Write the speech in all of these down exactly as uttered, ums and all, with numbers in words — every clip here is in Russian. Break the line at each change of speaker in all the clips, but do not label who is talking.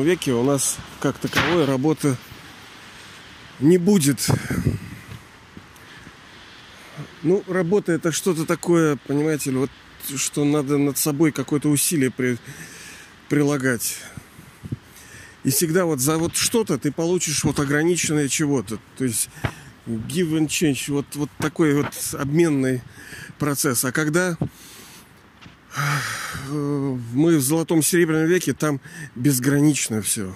веке у нас как таковой работы не будет. Ну, работа — это что-то такое, понимаете ли, вот, что надо над собой какое-то усилие при, прилагать. И всегда вот за вот что-то ты получишь вот ограниченное чего-то. То есть give and change, вот, вот такой вот обменный процесс. А когда мы в золотом серебряном веке, там безгранично все.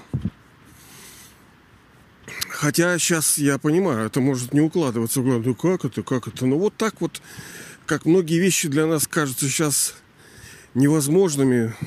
Хотя сейчас я понимаю, это может не укладываться в голову. Ну как это, как это? Ну вот так вот, как многие вещи для нас кажутся сейчас невозможными.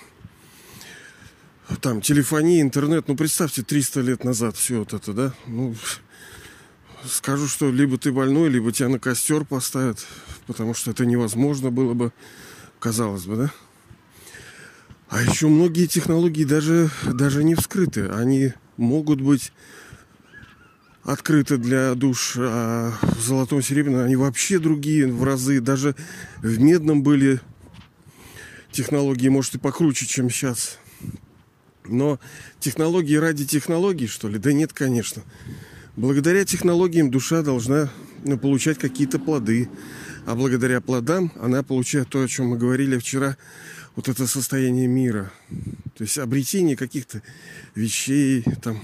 Там телефония, интернет. Ну представьте, триста лет назад все вот это, да? Ну, скажу, что либо ты больной, либо тебя на костер поставят, потому что это невозможно было бы, казалось бы, да? А еще многие технологии даже, даже не вскрыты. Они могут быть открыты для душ, а в золотом серебряном они вообще другие в разы. Даже в медном были технологии, может, и покруче, чем сейчас. Но технологии ради технологий, что ли? Да нет, конечно. Благодаря технологиям душа должна, ну, получать какие-то плоды. А благодаря плодам она получает то, о чем мы говорили вчера, вот это состояние мира. То есть обретение каких-то вещей, там,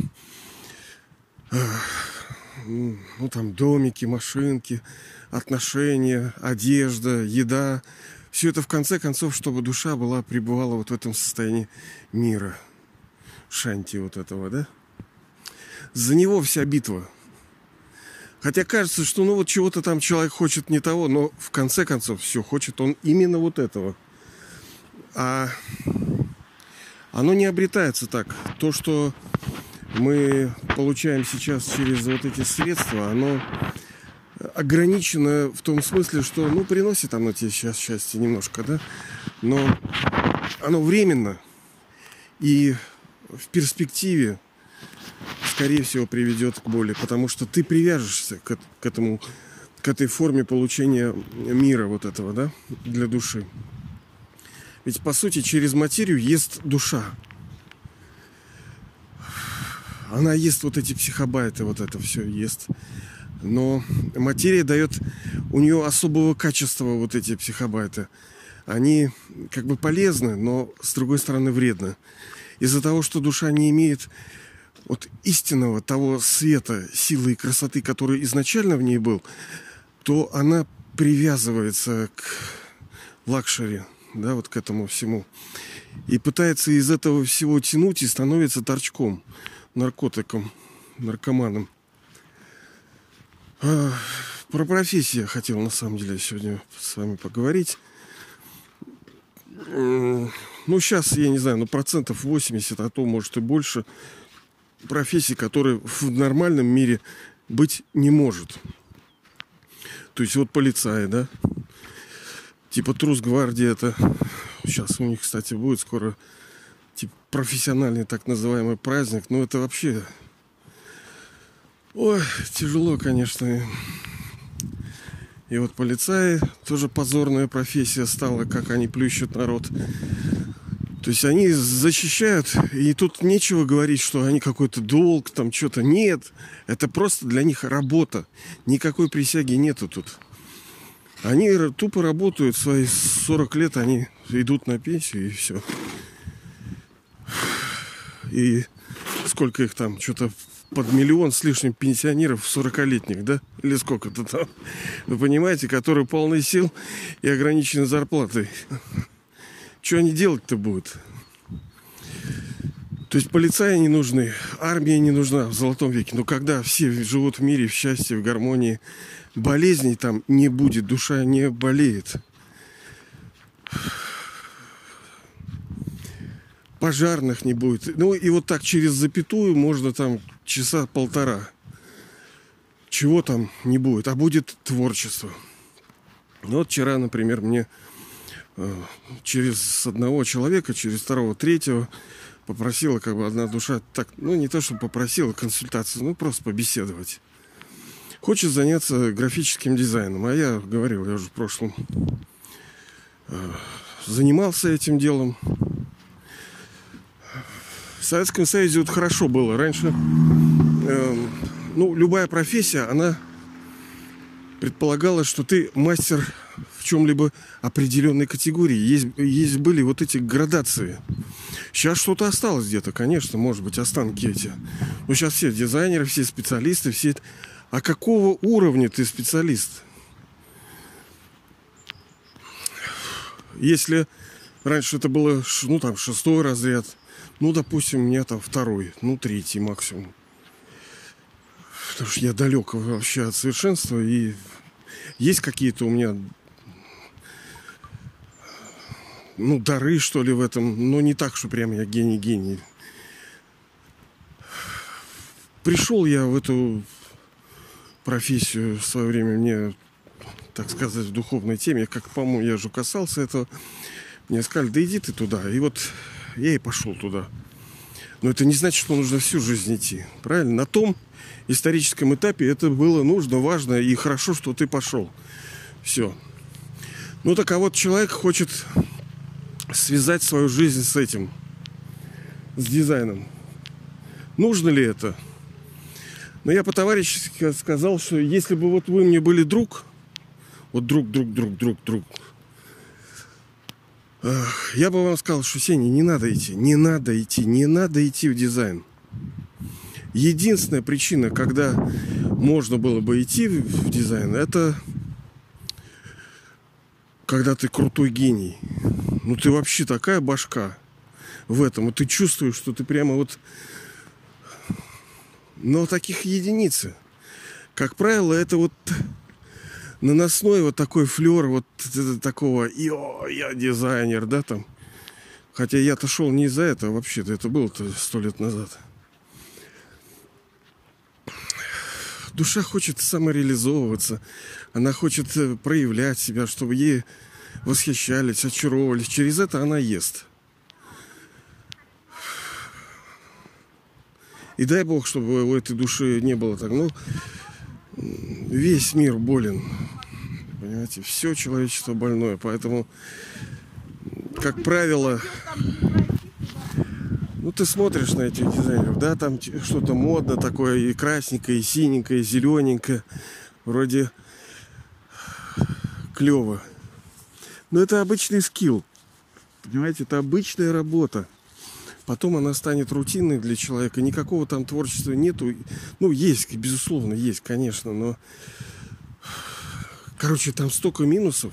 ну, там, домики, машинки, отношения, одежда, еда. Все это в конце концов, чтобы душа была, пребывала вот в этом состоянии мира. Шанти вот этого, да? За него вся битва. Хотя кажется, что ну вот чего-то там человек хочет не того, но в конце концов все, хочет он именно вот этого. А оно не обретается так. То, что мы получаем сейчас через вот эти средства, оно ограничено в том смысле, что, ну, приносит оно тебе сейчас счастье немножко, да? Но оно временно. И в перспективе, скорее всего, приведет к боли, потому что ты привяжешься к, к этому, к этой форме получения мира вот этого, да, для души. Ведь, по сути, через материю ест душа. Она ест вот эти психобайты, вот это все ест. Но материя дает у нее особого качества вот эти психобайты. Они как бы полезны, но с другой стороны вредны. Из-за того, что душа не имеет вот истинного того света, силы и красоты, который изначально в ней был, то она привязывается к лакшери, да, вот к этому всему. И пытается из этого всего тянуть и становится торчком, наркотиком, наркоманом. А, про профессию я хотел на самом деле сегодня с вами поговорить. Ну, сейчас, я не знаю, ну, процентов восемьдесят, а то, может, и больше профессий, которые в нормальном мире быть не может. То есть вот полицаи, да? Типа трус-гвардия, это сейчас у них, кстати, будет скоро типа профессиональный так называемый праздник. Ну, это вообще... Ой, тяжело, конечно. И вот полицаи, тоже позорная профессия стала, как они плющат народ. То есть они защищают, и тут нечего говорить, что они какой-то долг, там что-то. Нет, это просто для них работа. Никакой присяги нету тут. Они тупо работают, свои сорок лет они идут на пенсию, и все. И сколько их там, что-то под миллион с лишним пенсионеров сорокалетних, да? Или сколько-то там, вы понимаете, которые полны сил и ограничены зарплатой. Что они делать-то будут? То есть полицаи не нужны, армия не нужна в золотом веке. Но когда все живут в мире, в счастье, в гармонии, болезней там не будет, душа не болеет. Пожарных не будет. Ну и вот так через запятую можно там часа полтора. Чего там не будет, а будет творчество. Ну, вот вчера, например, мне э, через одного человека, через второго, третьего попросила как бы одна душа, так, ну не то, что попросила консультацию, ну просто побеседовать. Хочет заняться графическим дизайном. А я говорил, я уже в прошлом э, занимался этим делом. Советском Союзе вот хорошо было. Раньше, э, ну, любая профессия, она предполагала, что ты мастер в чем-либо определенной категории. Есть, есть были вот эти градации. Сейчас что-то осталось где-то, конечно, может быть, останки эти. Но сейчас все дизайнеры, все специалисты, все... А какого уровня ты специалист? Если раньше это было, ну, там, шестой разряд, ну, допустим, у меня там второй, ну, третий максимум. Потому что я далек вообще от совершенства, и есть какие-то у меня, ну, дары, что ли, в этом, но не так, что прям я гений-гений. Пришел я в эту профессию в свое время, мне, так сказать, в духовной теме, как, по-моему, я же касался этого, мне сказали, да иди ты туда. И вот я и пошел туда. Но это не значит, что нужно всю жизнь идти. Правильно? На том историческом этапе это было нужно, важно и хорошо, что ты пошел. Все. Ну так а вот человек хочет связать свою жизнь с этим, с дизайном. Нужно ли это? Но я по-товарищески сказал, что если бы вот вы мне были друг, вот друг, друг, друг, друг, друг, я бы вам сказал, что, Сеня, не надо идти, не надо идти, не надо идти в дизайн. Единственная причина, когда можно было бы идти в дизайн, это когда ты крутой гений. Ну ты вообще такая башка в этом, и ты чувствуешь, что ты прямо вот... Но таких единицы. Как правило, это вот наносной вот такой флер вот такого, йо, я дизайнер, да, там. Хотя я-то шел не из-за этого вообще-то, это было-то сто лет назад. Душа хочет самореализовываться, она хочет проявлять себя, чтобы ей восхищались, очаровывались. Через это она ест. И дай Бог, чтобы у этой души не было так. Ну, весь мир болен. Понимаете, все человечество больное. Поэтому, как правило, ну, ты смотришь на этих дизайнеров, да, там что-то модно такое, и красненькое, и синенькое, и зелененькое. Вроде клево. Но это обычный скилл. Понимаете, это обычная работа. Потом она станет рутинной для человека. Никакого там творчества нету. Ну, есть, безусловно, есть, конечно. Но, короче, там столько минусов.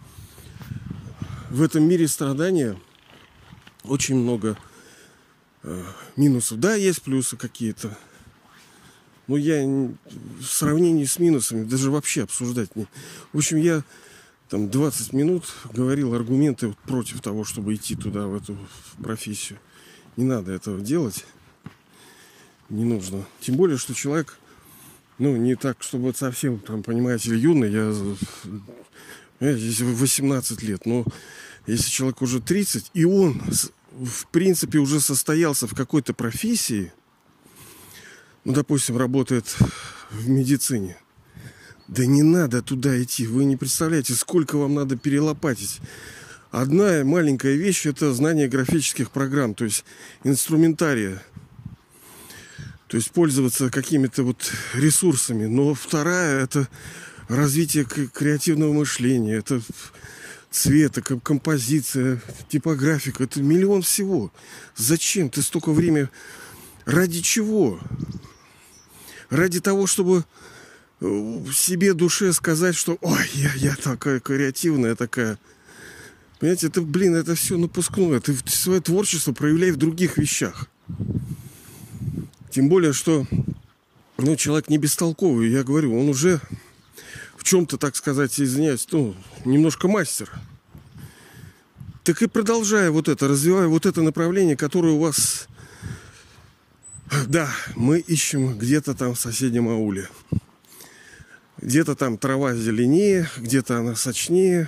В этом мире страдания очень много э, минусов. Да, есть плюсы какие-то. Но я в сравнении с минусами даже вообще обсуждать не... В общем, я там двадцать минут говорил аргументы против того, чтобы идти туда, в эту профессию. Не надо этого делать. Не нужно. Тем более, что человек, ну, не так, чтобы вот совсем, там, понимаете, юный. Я, понимаете, восемнадцать лет. Но если человек уже тридцать, и он, в принципе, уже состоялся в какой-то профессии, ну, допустим, работает в медицине, да не надо туда идти. Вы не представляете, сколько вам надо перелопатить. Одна маленькая вещь – это знание графических программ, то есть инструментария. То есть пользоваться какими-то вот ресурсами. Но вторая – это развитие креативного мышления, это цвета, композиция, типографика. Это миллион всего. Зачем ты столько времени? Ради чего? Ради того, чтобы себе, душе сказать, что «Ой, я, я такая креативная, такая». Понимаете, это, блин, это все напускное. Ты свое творчество проявляй в других вещах. Тем более, что, ну, человек не бестолковый. Я говорю, он уже в чем-то, так сказать, извиняюсь, ну, немножко мастер. Так и продолжая вот это, развивая вот это направление, которое у вас... Да, мы ищем где-то там в соседнем ауле. Где-то там трава зеленее, где-то она сочнее,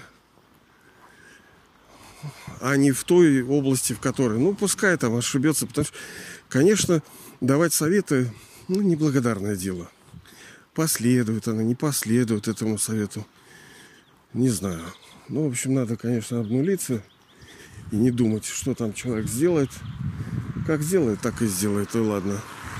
а не в той области, в которой, ну, пускай там ошибется, потому что, конечно, давать советы, ну, неблагодарное дело. Последует она, не последует этому совету, не знаю. Ну, в общем, надо, конечно, обнулиться и не думать, что там человек сделает. Как сделает, так и сделает, и ладно.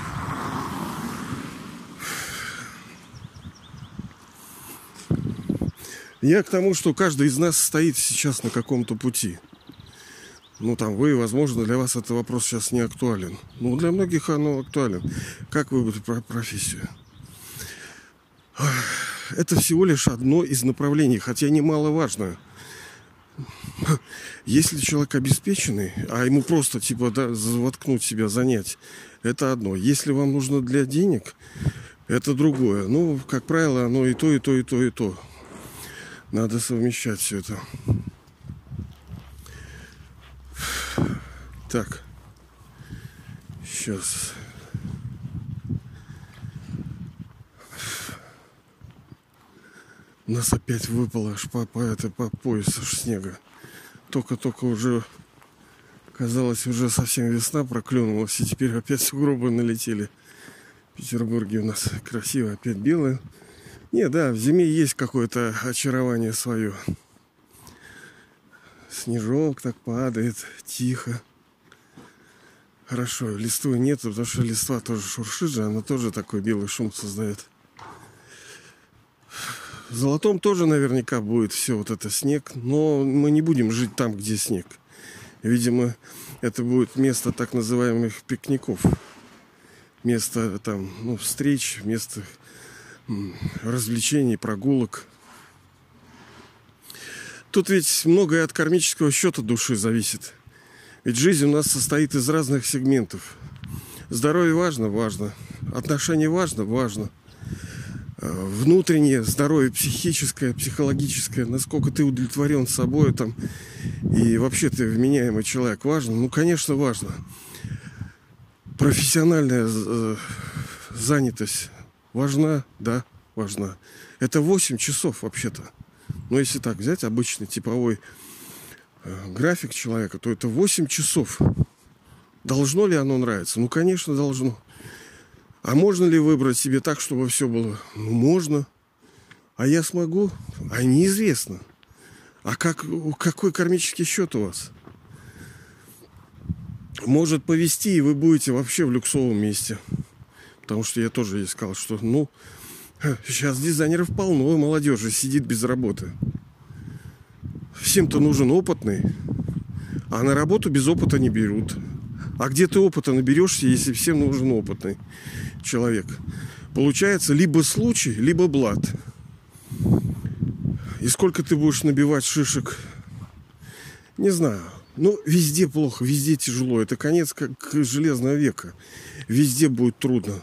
Я к тому, что каждый из нас стоит сейчас на каком-то пути. Ну, там, вы, возможно, для вас этот вопрос сейчас не актуален. Ну, для многих оно актуален. Как выбрать профессию? Это всего лишь одно из направлений, хотя немаловажное. Если человек обеспеченный, а ему просто, типа, да, воткнуть себя, занять, это одно. Если вам нужно для денег, это другое. Ну, как правило, оно и то, и то, и то, и то. Надо совмещать все это. Так. Сейчас. У нас опять выпало аж по, по, это, по пояс аж снега. Только-только уже, казалось, уже совсем весна проклюнулась, и теперь опять сугробы налетели. В Петербурге у нас красиво, опять белое. Не, да, в зиме есть какое-то очарование свое. Снежок так падает, тихо. Хорошо, листвы нет, потому что листва тоже шуршит же, она тоже такой белый шум создает. В Золотом тоже наверняка будет все вот это снег, но мы не будем жить там, где снег. Видимо, это будет место так называемых пикников. Место там, ну, встреч, место развлечений, прогулок. Тут ведь многое от кармического счета души зависит. Ведь жизнь у нас состоит из разных сегментов. Здоровье важно? Важно. Отношения важно? Важно. Внутреннее здоровье, психическое, психологическое, насколько ты удовлетворен собой там, и вообще ты вменяемый человек, важно? Ну, конечно, важно. Профессиональная занятость важна? Да, важна. Это восемь часов вообще-то. Но если так взять обычный типовой график человека, то это восемь часов. Должно ли оно нравиться? Ну, конечно, должно. А можно ли выбрать себе так, чтобы все было? Ну, можно. А я смогу? А неизвестно. А как, какой кармический счет у вас? Может повезти, и вы будете вообще в люксовом месте. Потому что я тоже искал, что, ну, сейчас дизайнеров полно, молодежи сидит без работы. Всем-то нужен опытный, а на работу без опыта не берут. А где ты опыта наберешься, если всем нужен опытный человек? Получается либо случай, либо блат. И сколько ты будешь набивать шишек? Не знаю. Ну, везде плохо, везде тяжело. Это конец как железного века. Везде будет трудно.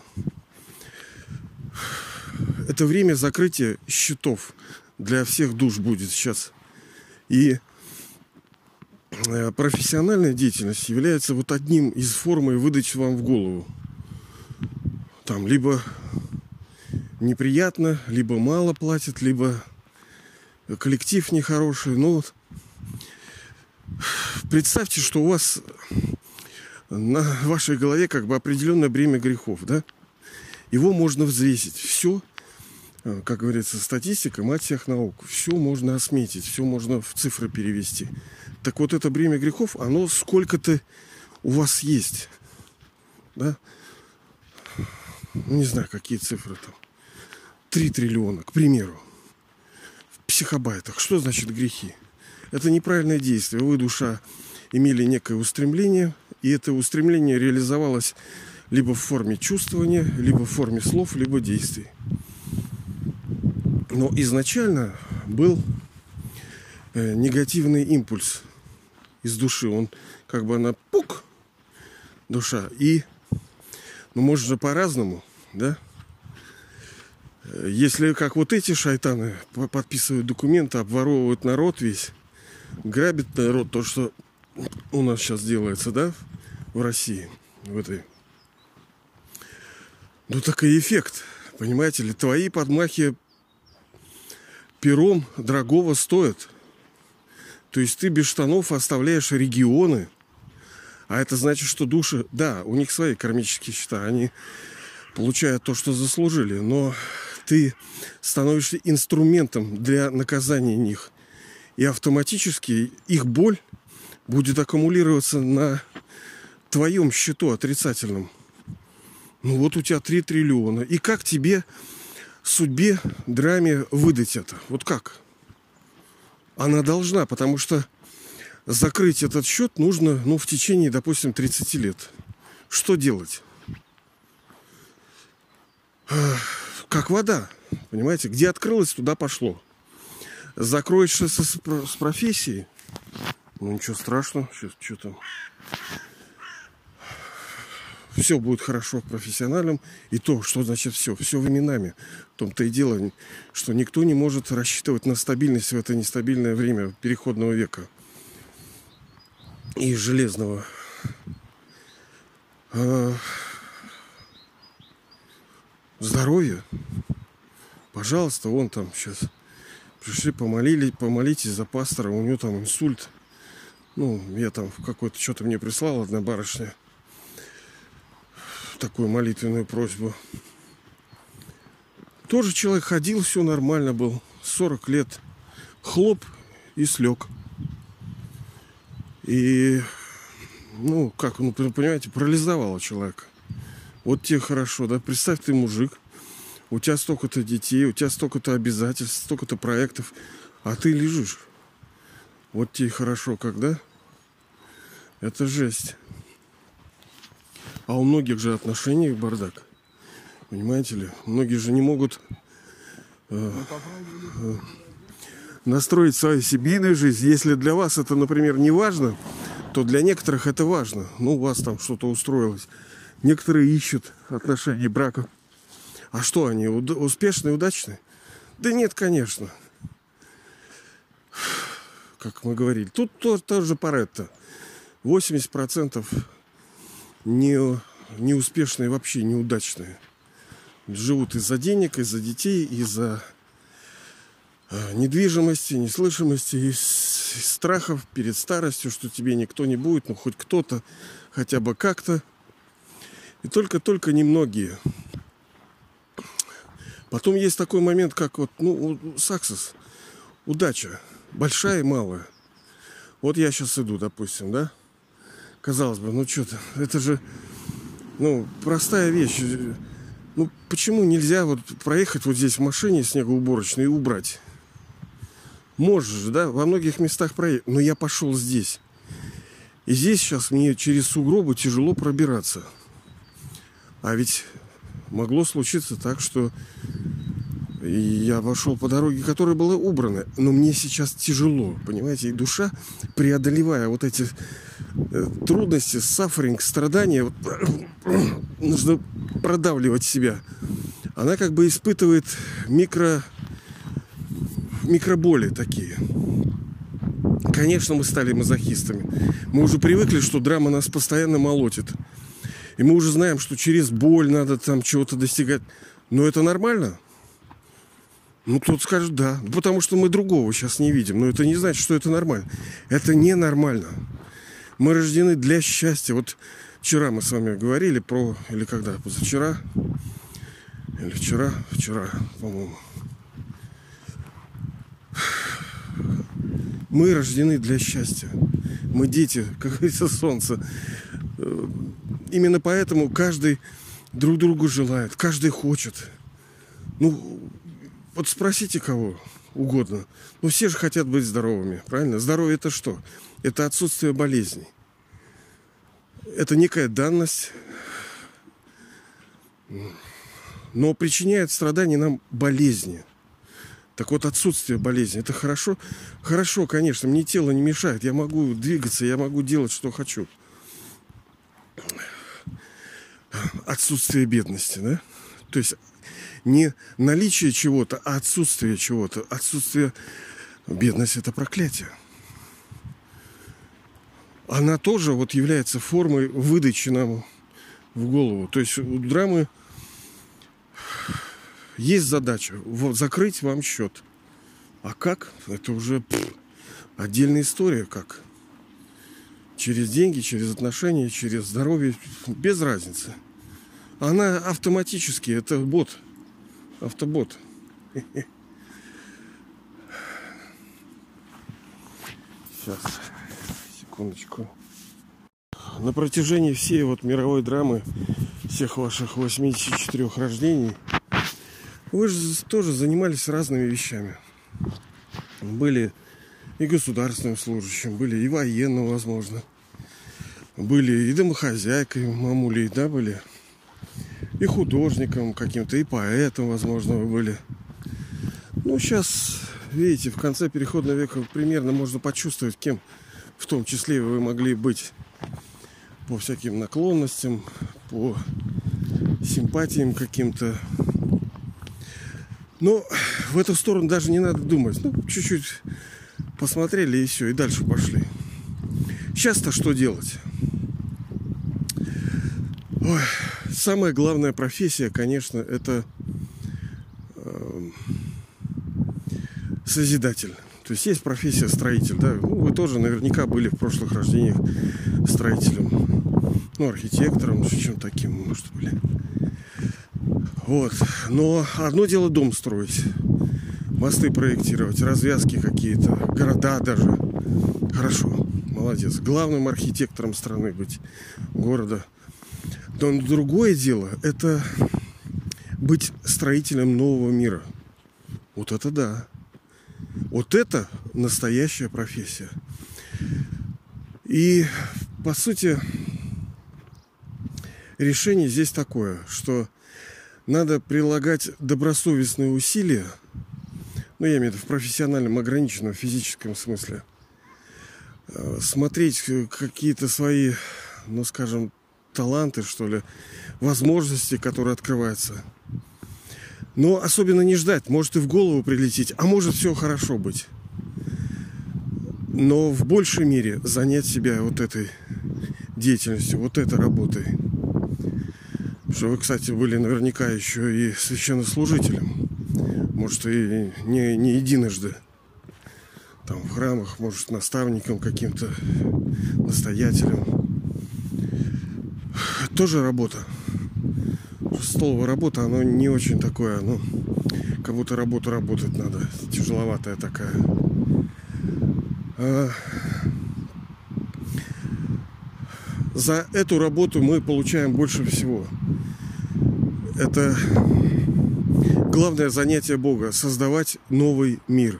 Это время закрытия счетов для всех душ будет сейчас. И профессиональная деятельность является вот одним из форм выдачи вам в голову. Там либо неприятно, либо мало платят, либо коллектив нехороший. Ну вот представьте, что у вас на вашей голове как бы определенное бремя грехов, да? Его можно взвесить. Все, как говорится, статистика, мать всех наук. Все можно осметить, все можно в цифры перевести. Так вот, это бремя грехов, оно сколько-то у вас есть. Да? Ну, не знаю, какие цифры там. Три триллиона, к примеру. В психобайтах. Что значит грехи? Это неправильное действие. Вы, душа, имели некое устремление, и это устремление реализовалось либо в форме чувствования, либо в форме слов, либо действий. Но изначально был э, негативный импульс из души. Он как бы она пук, душа. И ну, может же по-разному, да? Если как вот эти шайтаны подписывают документы, обворовывают народ весь, грабят народ, то, что у нас сейчас делается, да, в России, в этой. Ну, так и эффект, понимаете ли, твои подмахи пером дорогого стоят. То есть ты без штанов оставляешь регионы, а это значит, что души, да, у них свои кармические счета, они получают то, что заслужили, но ты становишься инструментом для наказания них. И автоматически их боль будет аккумулироваться на твоем счету отрицательном. Ну вот у тебя три триллиона. И как тебе, судьбе, драме выдать это? Вот как? Она должна, потому что закрыть этот счет нужно, ну, в течение, допустим, тридцати лет. Что делать? Как вода, понимаете? Где открылось, туда пошло. Закроешься с, с профессией, ну, ничего страшного. Сейчас, что там? Все будет хорошо в профессиональном. И то, что значит все. Все временами. В том-то и дело, что никто не может рассчитывать на стабильность в это нестабильное время переходного века. И железного. А... Здоровье. Пожалуйста, вон там сейчас. Пришли, помолили, помолитесь за пастора. У него там инсульт. Ну, я там какой-то что-то мне прислала одна барышня. Такую молитвенную просьбу. Тоже человек ходил, все нормально был. сорок лет. Хлоп и слег. И, ну, как, ну, понимаете, парализовало человека. Вот тебе хорошо, да? Представь, ты мужик. У тебя столько-то детей, у тебя столько-то обязательств, столько-то проектов. А ты лежишь. Вот тебе хорошо, когда? Это жесть. А у многих же отношений бардак. Понимаете ли? Многие же не могут э, э, настроить свою семейную жизнь. Если для вас это, например, не важно, то для некоторых это важно. Ну, у вас там что-то устроилось. Некоторые ищут отношения, брака. А что они, успешные, удачные? Да нет, конечно. Как мы говорили. Тут тоже, тоже Паретто. восемьдесят процентов не, неуспешные, вообще неудачные. Живут из-за денег, из-за детей, из-за э, недвижимости, неслышимости, из, из страхов перед старостью, что тебе никто не будет, ну хоть кто-то, хотя бы как-то. И только-только немногие. Потом есть такой момент, как вот, ну, success, удача, большая и малая. Вот я сейчас иду, допустим, да? Казалось бы, ну что-то, это же, ну, простая вещь. Ну, почему нельзя вот проехать вот здесь в машине снегоуборочной и убрать? Можешь, да, во многих местах проехать. Но я пошел здесь. И здесь сейчас мне через сугробы тяжело пробираться. А ведь могло случиться так, что я вошел по дороге, которая была убрана. Но мне сейчас тяжело, понимаете? И душа, преодолевая вот эти трудности, сафферинг, страдания, вот, нужно продавливать себя. Она как бы испытывает микро, микроболи такие. Конечно, мы стали мазохистами. Мы уже привыкли, что драма нас постоянно молотит. И мы уже знаем, что через боль надо там чего-то достигать. Но это нормально? Ну, кто-то скажет, да. Потому что мы другого сейчас не видим. Но это не значит, что это нормально. Это ненормально. Мы рождены для счастья. Вот вчера мы с вами говорили про... Или когда? Позавчера? Или вчера? Вчера, по-моему. Мы рождены для счастья. Мы дети, как говорится, солнца. Именно поэтому каждый друг другу желает. Каждый хочет. Ну, вот спросите кого угодно. Ну, все же хотят быть здоровыми, правильно? Здоровье это что? Это отсутствие болезней. Это некая данность. Но причиняет страдания нам болезни. Так вот, отсутствие болезни, это хорошо? Хорошо, конечно, мне тело не мешает. Я могу двигаться, я могу делать, что хочу. Отсутствие бедности, да? То есть не наличие чего-то, а отсутствие чего-то. Отсутствие бедности – это проклятие. Она тоже вот является формой выдачи нам в голову. То есть у драмы есть задача закрыть вам счет. А как? Это уже пфф, отдельная история. Как? Через деньги, через отношения, через здоровье. Без разницы. Она автоматически. Это бот. Автобот. Сейчас. Секундочку. на протяжении всей вот мировой драмы, всех ваших восьмидесяти четырёх рождений, вы же тоже занимались разными вещами. Были и государственным служащим, были и военным, возможно. Были и домохозяйкой, мамулей, да, были. И художником каким-то, и поэтом, возможно, вы были. Ну, сейчас, видите, в конце переходного века примерно можно почувствовать, кем в том числе вы могли быть по всяким наклонностям, по симпатиям каким-то. Но в эту сторону даже не надо думать. Ну, чуть-чуть посмотрели и все, и дальше пошли. Сейчас-то что делать? Ой, самая главная профессия, конечно, это э, созидатель. То есть есть профессия строитель, да? Ну, вы тоже наверняка были в прошлых рождениях строителем, ну, архитектором, чем таким, может, были. Вот. Но одно дело дом строить, мосты проектировать, развязки какие-то, города даже. Хорошо, молодец. Главным архитектором страны быть, города. Но другое дело – это быть строителем нового мира. Вот это да. Вот это настоящая профессия. И, по сути, решение здесь такое, что надо прилагать добросовестные усилия, ну, я имею в виду в профессиональном, ограниченном физическом смысле, смотреть какие-то свои, ну, скажем, таланты, что ли, возможности, которые открываются. Но особенно не ждать, может и в голову прилететь, а может все хорошо быть. Но в большей мере занять себя вот этой деятельностью, вот этой работой. Что вы, кстати, были наверняка еще и священнослужителем. Может, и не, не единожды. Там в храмах, может, наставником каким-то, настоятелем. Тоже работа. Слово работа, оно не очень такое, ну, как будто работу работать надо. Тяжеловатая такая. А... За эту работу мы получаем больше всего. Это главное занятие Бога — создавать новый мир.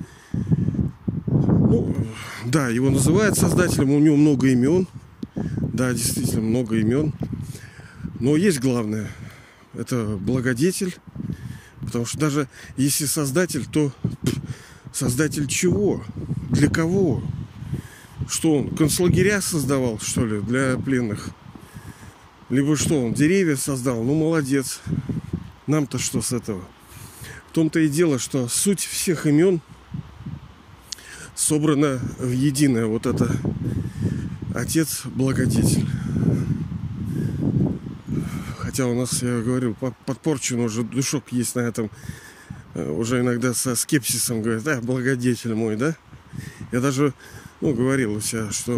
Ну, да, его называют создателем, у него много имен. Да, действительно, много имен. Но есть главное — это благодетель. Потому что даже если создатель, то создатель чего? Для кого? Что он, концлагеря создавал, что ли, для пленных? Либо что, он деревья создал? Ну, молодец. Нам-то что с этого? В том-то и дело, что суть всех имен собрана в единое. Вот это Отец-Благодетель. Хотя у нас, я говорил, подпорчен уже душок есть на этом. Уже иногда со скепсисом говорят: да, благодетель мой, да? Я даже, ну, говорил у себя, что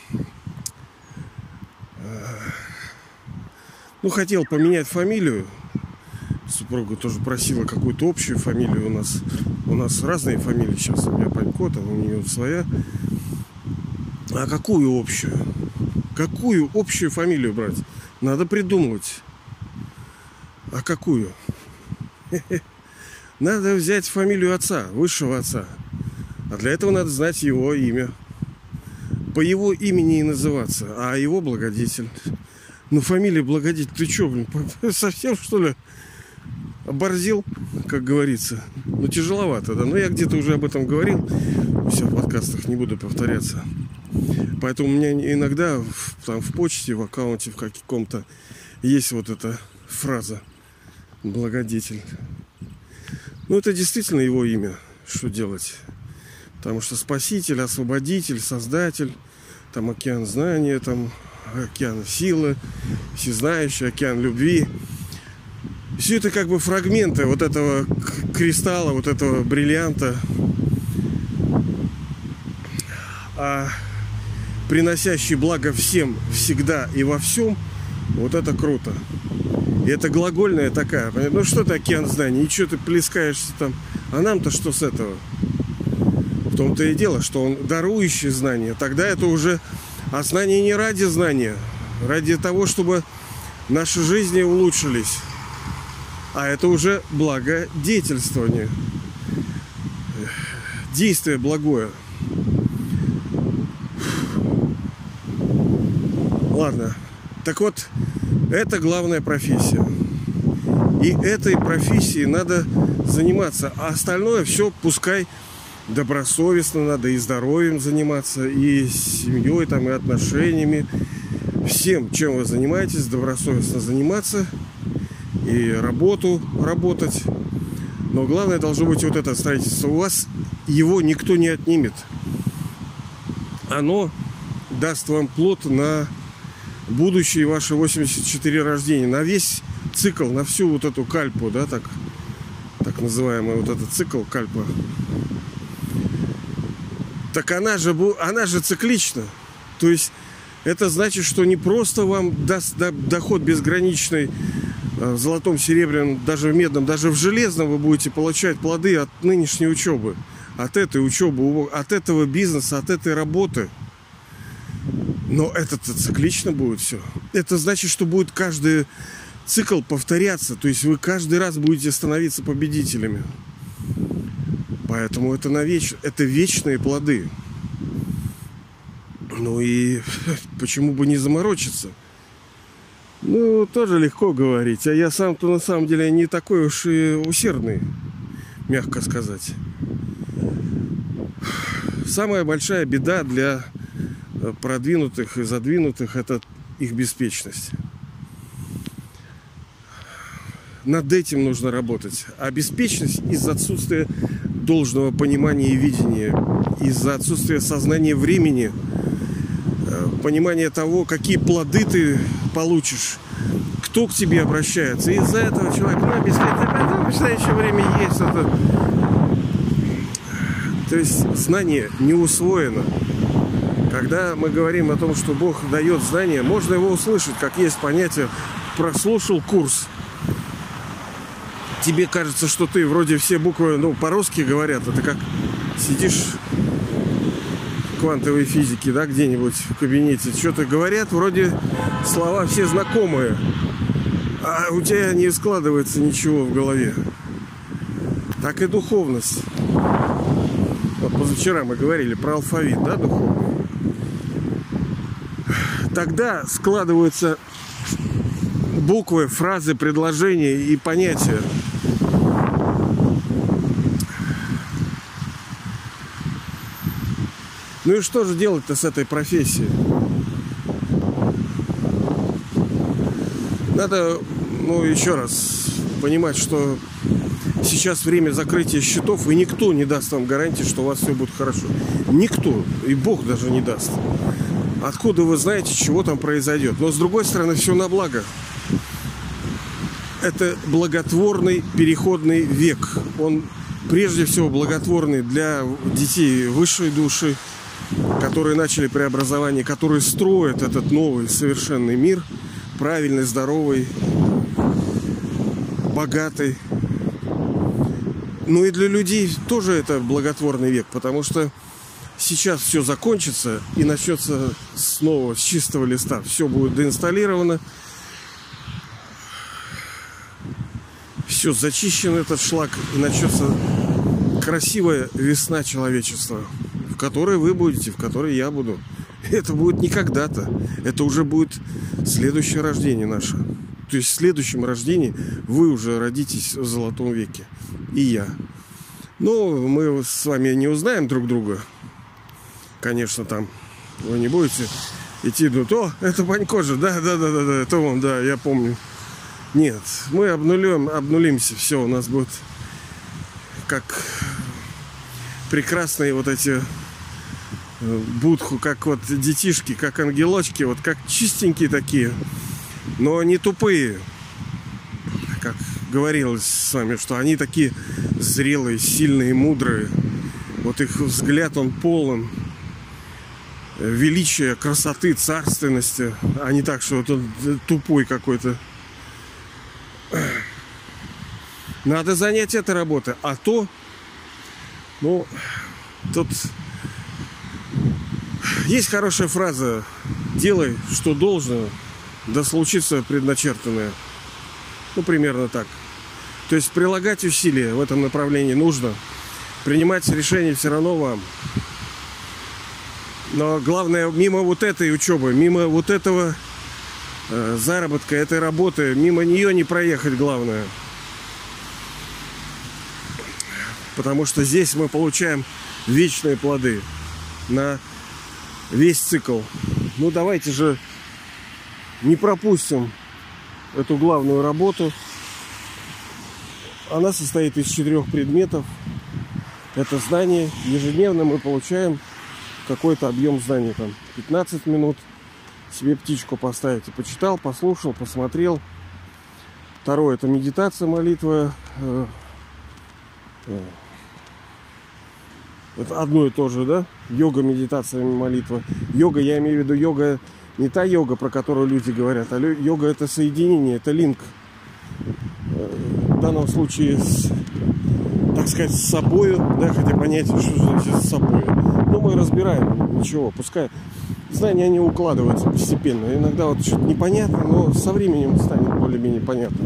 ну, хотел поменять фамилию. Супруга тоже просила какую-то общую фамилию у нас. У нас разные фамилии сейчас. У меня Панько, там у нее своя. А какую общую? Какую общую фамилию брать? Надо придумывать. А какую? Надо взять фамилию отца, высшего отца. А для этого надо знать его имя. По его имени и называться. А его благодетель. Ну, фамилия благодетель. Ты что, блин, совсем, что ли, оборзел, как говорится? Ну, тяжеловато, да. Но я где-то уже об этом говорил. У себя в подкастах, не буду повторяться. Поэтому у меня иногда в, там, в почте, в аккаунте, в каком-то есть вот эта фраза благодетель. Ну, это действительно его имя. Что делать? Потому что спаситель, освободитель, создатель, там океан знания, там океан силы, всезнающий, океан любви. Все это как бы фрагменты вот этого кристалла, вот этого бриллианта, а приносящий благо всем, всегда и во всем. Вот это круто. И это глагольная такая. Понятно? Ну что ты океан знаний? И что ты плескаешься там? А нам-то что с этого? В том-то и дело, что он дарующий знания. Тогда это уже А знание не ради знания, ради того, чтобы наши жизни улучшились. А это уже благодетельствование. Действие благое. Ладно. Так вот, это главная профессия. И этой профессией надо заниматься. А остальное все пускай добросовестно надо и здоровьем заниматься, и семьей, там, и отношениями. Всем, чем вы занимаетесь, добросовестно заниматься. И работу работать. Но главное должно быть вот это строительство. У вас его никто не отнимет. Оно даст вам плод на будущие ваши восемьдесят четыре рождения. На весь цикл, на всю вот эту кальпу, да, так, так называемый вот этот цикл кальпа. Так она же, она же циклична. То есть это значит, что не просто вам даст доход безграничный в золотом, серебряном, даже в медном, даже в железном вы будете получать плоды от нынешней учебы, от этой учебы, от этого бизнеса, от этой работы. Но это-то циклично будет все. Это значит, что будет каждый цикл повторяться. То есть вы каждый раз будете становиться победителями. Поэтому это, навеч... это вечные плоды. Ну и почему бы не заморочиться? Ну, тоже легко говорить. А я сам-то на самом деле не такой уж и усердный, мягко сказать. Самая большая беда для продвинутых и задвинутых — это их беспечность. Над этим нужно работать. А беспечность из-за отсутствия должного понимания и видения, из-за отсутствия сознания времени, понимания того, какие плоды ты получишь, кто к тебе обращается. И из-за этого человек, ну, бесплатно, в настоящее время есть это. То есть знание не усвоено. Когда мы говорим о том, что Бог дает знания, можно его услышать, как есть понятие «прослушал курс». Тебе кажется, что ты вроде все буквы, ну, по-русски говорят. Это как сидишь в квантовой физике, да, где-нибудь в кабинете. Что-то говорят, вроде слова все знакомые. А у тебя не складывается ничего в голове. Так и духовность. Вот позавчера мы говорили про алфавит, да, духовный. Тогда складываются буквы, фразы, предложения и понятия. Ну и что же делать-то с этой профессией? Надо, ну, еще раз понимать, что сейчас время закрытия счетов, и никто не даст вам гарантии, что у вас все будет хорошо. Никто, и Бог даже не даст. Откуда вы знаете, чего там произойдет? Но с другой стороны, все на благо. Это благотворный переходный век. Он прежде всего благотворный для детей высшей души, которые начали преобразование, которые строят этот новый совершенный мир, правильный, здоровый, богатый. Ну и для людей тоже это благотворный век, потому что сейчас все закончится и начнется снова с чистого листа. Все будет доинсталлировано. Все зачищен этот шлак, и начнется красивая весна человечества, в которой вы будете, в которой я буду. Это будет не когда-то. Это уже будет следующее рождение наше. То есть в следующем рождении вы уже родитесь в золотом веке. И я. Ну, мы с вами не узнаем друг друга. Конечно, там вы не будете идти, ну, то, это Панько же, да, да, да, да, да, это он, да, я помню. Нет, мы обнулим, обнулимся, все, у нас будет как прекрасные вот эти будху, как вот детишки, как ангелочки, вот как чистенькие такие, но не тупые, как говорилось с вами, что они такие зрелые, сильные, мудрые. Вот их взгляд, он полон величия, красоты, царственности, а не так, что вот он тупой какой-то. Надо занять этой работой. А то, ну, тут Есть хорошая фраза: делай, что должно, да случится предначертанное. Ну, примерно так. То есть прилагать усилия в этом направлении нужно. Принимать решения все равно вам. Но главное, мимо вот этой учебы, мимо вот этого э, заработка, этой работы, мимо нее не проехать главное. Потому что здесь мы получаем вечные плоды на весь цикл. Ну давайте же не пропустим эту главную работу. Она состоит из четырех предметов. Это знание. Ежедневно мы получаем какой-то объем знаний. Там пятнадцать минут себе птичку поставить. И почитал, послушал, посмотрел. Второе — это медитация, молитва. Это одно и то же, да? Йога, медитация, молитва. Йога, я имею в виду йога, не та йога, про которую люди говорят, а йога — это соединение, это линк. В данном случае с, так сказать, с собою, да, хотя понятие, что значит с собой. Но мы разбираем, ничего, пускай знания, они укладываются постепенно. Иногда вот что-то непонятно, но со временем станет более-менее понятно.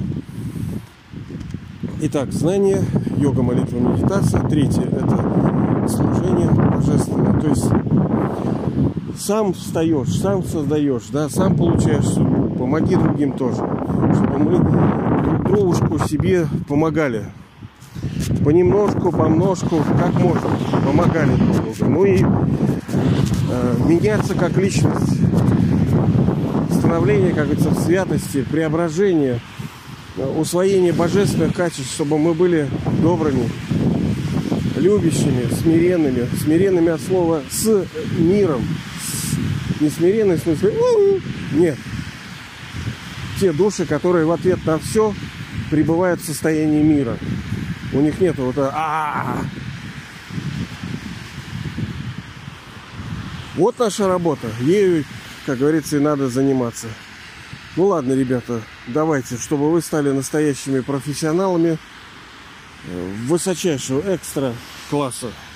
Итак, знание, йога, молитва, медитация. Третье — это служение божественное. То есть сам встаешь, сам создаешь, да, сам получаешь судьбу. Помоги другим тоже, чтобы мы друг дружку себе помогали. Понемножку, помножку, как можно, помогали друг другу. Ну и э, меняться как личность. Становление, как говорится, в святости, преображение, усвоение божественных качеств, чтобы мы были добрыми, любящими, смиренными. Смиренными от слова «с миром». Не смиренный в смысле «у-у». Нет. Те души, которые в ответ на все пребывают в состоянии мира. У них нет вот а Вот наша работа. Ею, как говорится, и надо заниматься. Ну ладно, ребята, давайте, чтобы вы стали настоящими профессионалами высочайшего экстра класса.